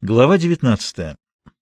Глава 19.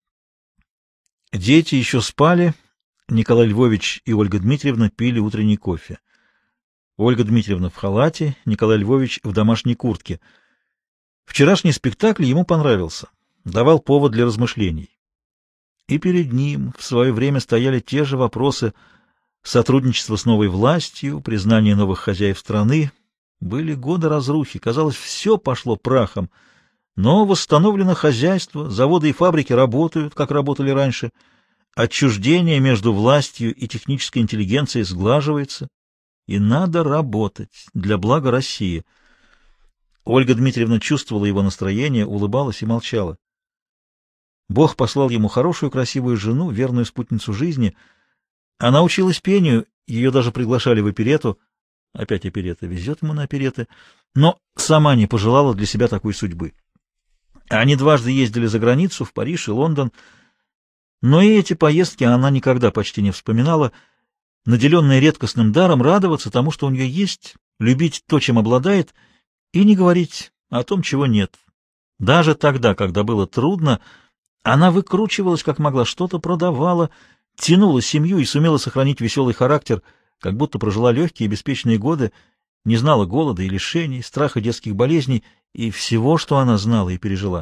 Дети еще спали. Николай Львович и Ольга Дмитриевна пили утренний кофе. Ольга Дмитриевна в халате, Николай Львович в домашней куртке. Вчерашний спектакль ему понравился, давал повод для размышлений. И перед ним в свое время стояли те же вопросы: сотрудничество с новой властью, признание новых хозяев страны. Были годы разрухи, казалось, все пошло прахом. Но восстановлено хозяйство, заводы и фабрики работают, как работали раньше. Отчуждение между властью и технической интеллигенцией сглаживается. И надо работать для блага России. Ольга Дмитриевна чувствовала его настроение, улыбалась и молчала. Бог послал ему хорошую, красивую жену, верную спутницу жизни. Она училась пению, ее даже приглашали в оперетту. Опять оперетта, везет ему на оперетты. Но сама не пожелала для себя такой судьбы. Они дважды ездили за границу, в Париж и Лондон, но и эти поездки она никогда почти не вспоминала, наделенная редкостным даром радоваться тому, что у нее есть, любить то, чем обладает, и не говорить о том, чего нет. Даже тогда, когда было трудно, она выкручивалась как могла, что-то продавала, тянула семью и сумела сохранить веселый характер, как будто прожила легкие и беспечные годы, не знала голода и лишений, страха детских болезней и всего, что она знала и пережила.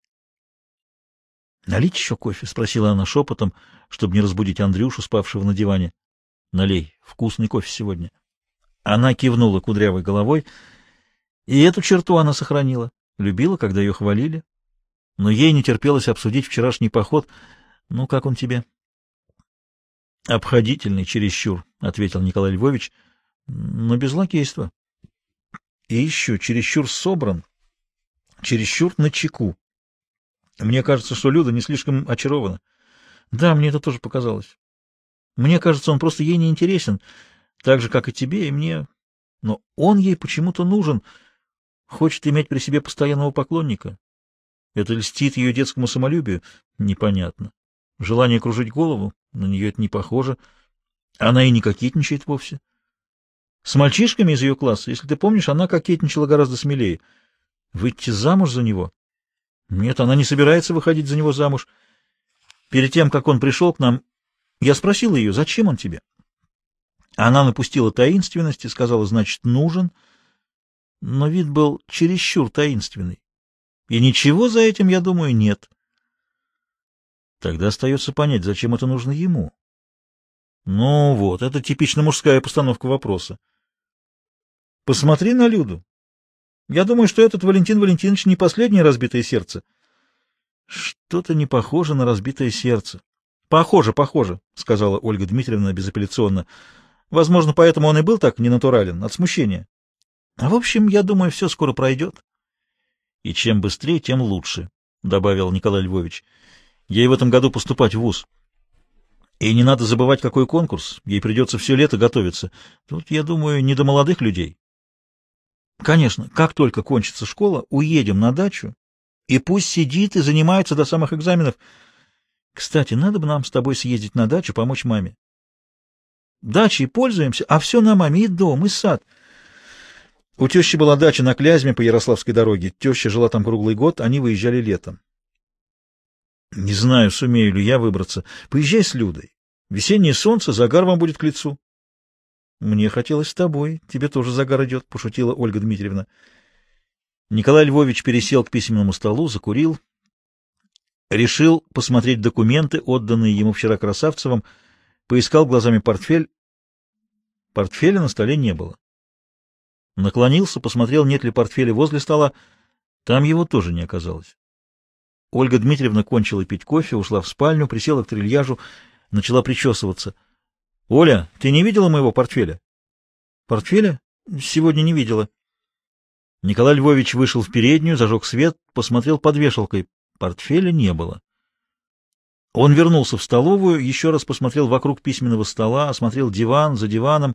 — Налить еще кофе? — спросила она шепотом, чтобы не разбудить Андрюшу, спавшего на диване. — Налей. Вкусный кофе сегодня. Она кивнула кудрявой головой, и эту черту она сохранила. Любила, когда ее хвалили. Но ей не терпелось обсудить вчерашний поход. — Ну, как он тебе? — Обходительный, чересчур, — ответил Николай Львович, — но без лакейства. И еще чересчур собран, чересчур начеку. Мне кажется, что Люда не слишком очарована. Да, мне это тоже показалось. Мне кажется, он просто ей не интересен, так же, как и тебе, и мне. Но он ей почему-то нужен, хочет иметь при себе постоянного поклонника. Это льстит ее детскому самолюбию? Непонятно. Желание кружить голову? На нее это не похоже. Она и не кокетничает вовсе. С мальчишками из ее класса, если ты помнишь, она кокетничала гораздо смелее. Выйти замуж за него? Нет, она не собирается выходить за него замуж. Перед тем, как он пришел к нам, я спросил ее, зачем он тебе? Она напустила таинственности, сказала, значит, нужен, но вид был чересчур таинственный. И ничего за этим, я думаю, нет. Тогда остается понять, зачем это нужно ему. Ну вот, это типично мужская постановка вопроса. Посмотри на Люду. Я думаю, что этот Валентин Валентинович не последнее разбитое сердце. Что-то не похоже на разбитое сердце. Похоже, похоже, сказала Ольга Дмитриевна безапелляционно. Возможно, поэтому он и был так ненатурален, от смущения. А в общем, я думаю, все скоро пройдет. И чем быстрее, тем лучше, добавил Николай Львович. Ей в этом году поступать в вуз. И не надо забывать, какой конкурс. Ей придется все лето готовиться. Тут, я думаю, не до молодых людей. Конечно, как только кончится школа, уедем на дачу, и пусть сидит и занимается до самых экзаменов. Кстати, надо бы нам с тобой съездить на дачу, помочь маме. Дачей пользуемся, а все на маме, и дом, и сад. У тещи была дача на Клязьме по Ярославской дороге. Теща жила там круглый год, они выезжали летом. Не знаю, сумею ли я выбраться. Поезжай с Людой. Весеннее солнце, загар вам будет к лицу. Мне хотелось с тобой. Тебе тоже загар идет, — пошутила Ольга Дмитриевна. Николай Львович пересел к письменному столу, закурил. Решил посмотреть документы, отданные ему вчера Красавцевым. Поискал глазами портфель. Портфеля на столе не было. Наклонился, посмотрел, нет ли портфеля возле стола. Там его тоже не оказалось. Ольга Дмитриевна кончила пить кофе, ушла в спальню, присела к трильяжу, начала причесываться. — Оля, ты не видела моего портфеля? — Портфеля? Сегодня не видела. Николай Львович вышел в переднюю, зажег свет, посмотрел под вешалкой. Портфеля не было. Он вернулся в столовую, еще раз посмотрел вокруг письменного стола, осмотрел диван за диваном.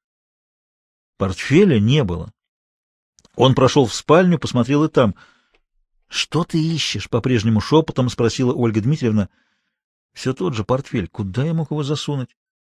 Портфеля не было. Он прошел в спальню, посмотрел и там. — Что ты ищешь? — по-прежнему шепотом спросила Ольга Дмитриевна. — Все тот же портфель. Куда я мог его засунуть?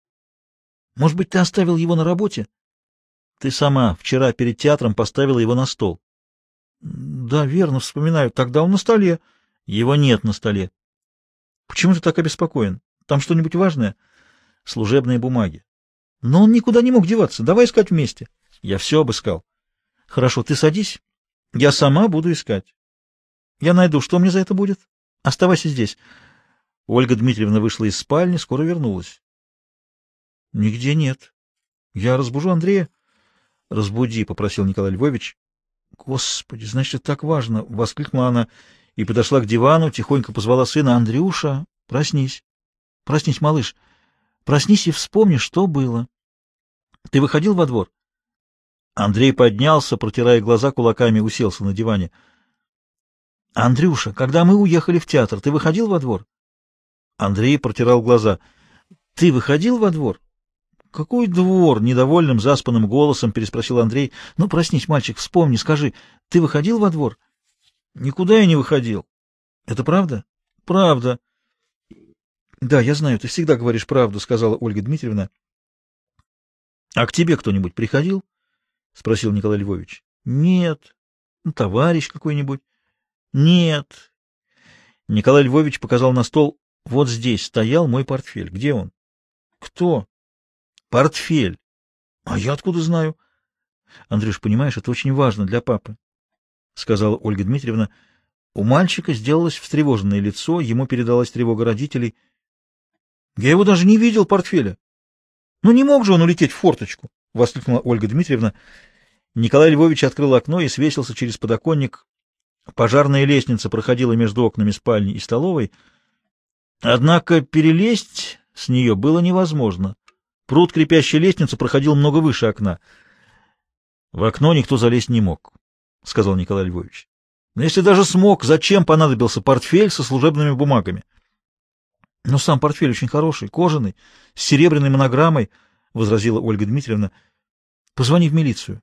— Может быть, ты оставил его на работе? — Ты сама вчера перед театром поставила его на стол. — Да, верно, вспоминаю. Тогда он на столе. Его нет на столе. Почему ты так обеспокоен? Там что-нибудь важное? Служебные бумаги. Но он никуда не мог деваться. Давай искать вместе. Я все обыскал. Хорошо, ты садись. Я сама буду искать. Я найду. Что мне за это будет? Оставайся здесь. Ольга Дмитриевна вышла из спальни, скоро вернулась. Нигде нет. Я разбужу Андрея. Разбуди, попросил Николай Львович. Господи, значит, это так важно, воскликнула она и подошла к дивану, тихонько позвала сына. Андрюша, проснись. Проснись, малыш. Проснись и вспомни, что было. Ты выходил во двор? Андрей поднялся, протирая глаза кулаками, уселся на диване. Андрюша, когда мы уехали в театр, ты выходил во двор? Андрей протирал глаза. Ты выходил во двор? Какой двор? Недовольным, заспанным голосом переспросил Андрей. Ну, проснись, мальчик, вспомни, скажи, ты выходил во двор? Никуда я не выходил. Это правда? Правда. Да, я знаю, ты всегда говоришь правду, сказала Ольга Дмитриевна. А к тебе кто-нибудь приходил? Спросил Николай Львович. Нет. Ну, товарищ какой-нибудь? Нет. Николай Львович показал на стол. Вот здесь стоял мой портфель. Где он? Кто? Портфель. А я откуда знаю? Андрюш, понимаешь, это очень важно для папы, сказала Ольга Дмитриевна. У мальчика сделалось встревоженное лицо, ему передалась тревога родителей. Я его даже не видел, портфеля. Ну не мог же он улететь в форточку, воскликнула Ольга Дмитриевна. Николай Львович открыл окно и свесился через подоконник. Пожарная лестница проходила между окнами спальни и столовой, однако перелезть с нее было невозможно. Прут крепящей лестницы проходил много выше окна. В окно никто залезть не мог, сказал Николай Львович. Но если даже смог, зачем понадобился портфель со служебными бумагами? Но сам портфель очень хороший, кожаный, с серебряной монограммой, возразила Ольга Дмитриевна. Позвони в милицию.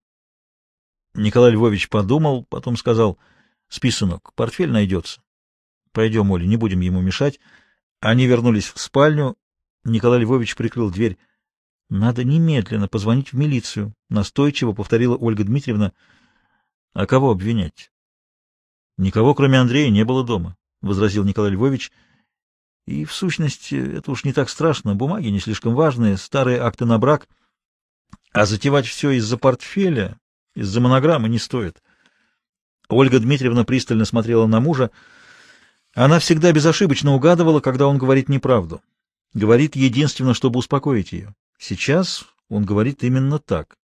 Николай Львович подумал, потом сказал: спи, сынок, портфель найдется. Пойдем, Оля, не будем ему мешать. Они вернулись в спальню. Николай Львович прикрыл дверь. Надо немедленно позвонить в милицию, настойчиво повторила Ольга Дмитриевна. А кого обвинять? Никого, кроме Андрея, не было дома, возразил Николай Львович. И, в сущности, это уж не так страшно, бумаги не слишком важные, старые акты на брак. А затевать все из-за портфеля, из-за монограммы не стоит. Ольга Дмитриевна пристально смотрела на мужа. Она всегда безошибочно угадывала, когда он говорит неправду. Говорит единственно, чтобы успокоить ее. Сейчас он говорит именно так.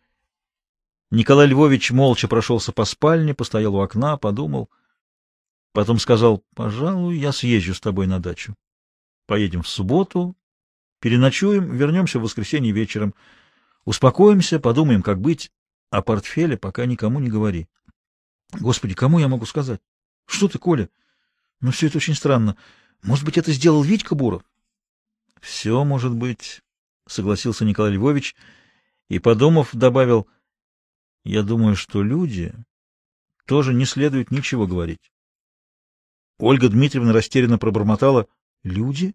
Николай Львович молча прошелся по спальне, постоял у окна, подумал. Потом сказал: пожалуй, я съезжу с тобой на дачу. Поедем в субботу, переночуем, вернемся в воскресенье вечером. Успокоимся, подумаем, как быть. О портфеле пока никому не говори. Господи, кому я могу сказать? Что ты, Коля? Ну, все это очень странно. Может быть, это сделал Витька Буров? Все может быть, согласился Николай Львович и, подумав, добавил: я думаю, что люди тоже не следует ничего говорить. Ольга Дмитриевна растерянно пробормотала: люди?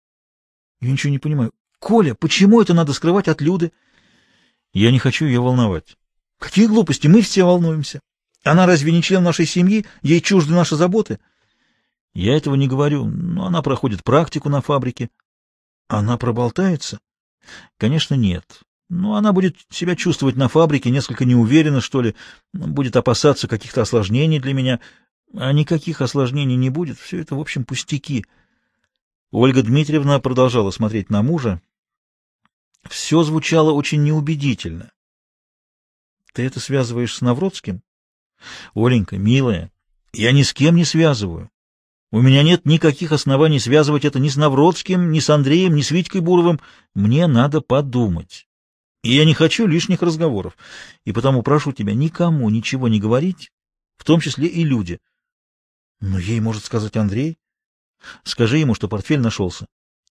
Я ничего не понимаю. Коля, почему это надо скрывать от Люды? Я не хочу ее волновать. Какие глупости, мы все волнуемся. Она разве не член нашей семьи? Ей чужды наши заботы? Я этого не говорю, но она проходит практику на фабрике. Она проболтается? Конечно, нет. Но она будет себя чувствовать на фабрике несколько неуверенно, что ли, будет опасаться каких-то осложнений для меня. А никаких осложнений не будет, все это, в общем, пустяки. Ольга Дмитриевна продолжала смотреть на мужа. Все звучало очень неубедительно. Ты это связываешь с Навродским? Оленька, милая, я ни с кем не связываю. У меня нет никаких оснований связывать это ни с Навродским, ни с Андреем, ни с Витькой Буровым. Мне надо подумать. И я не хочу лишних разговоров. И потому прошу тебя никому ничего не говорить, в том числе и Люде. Но ей может сказать Андрей. Скажи ему, что портфель нашелся.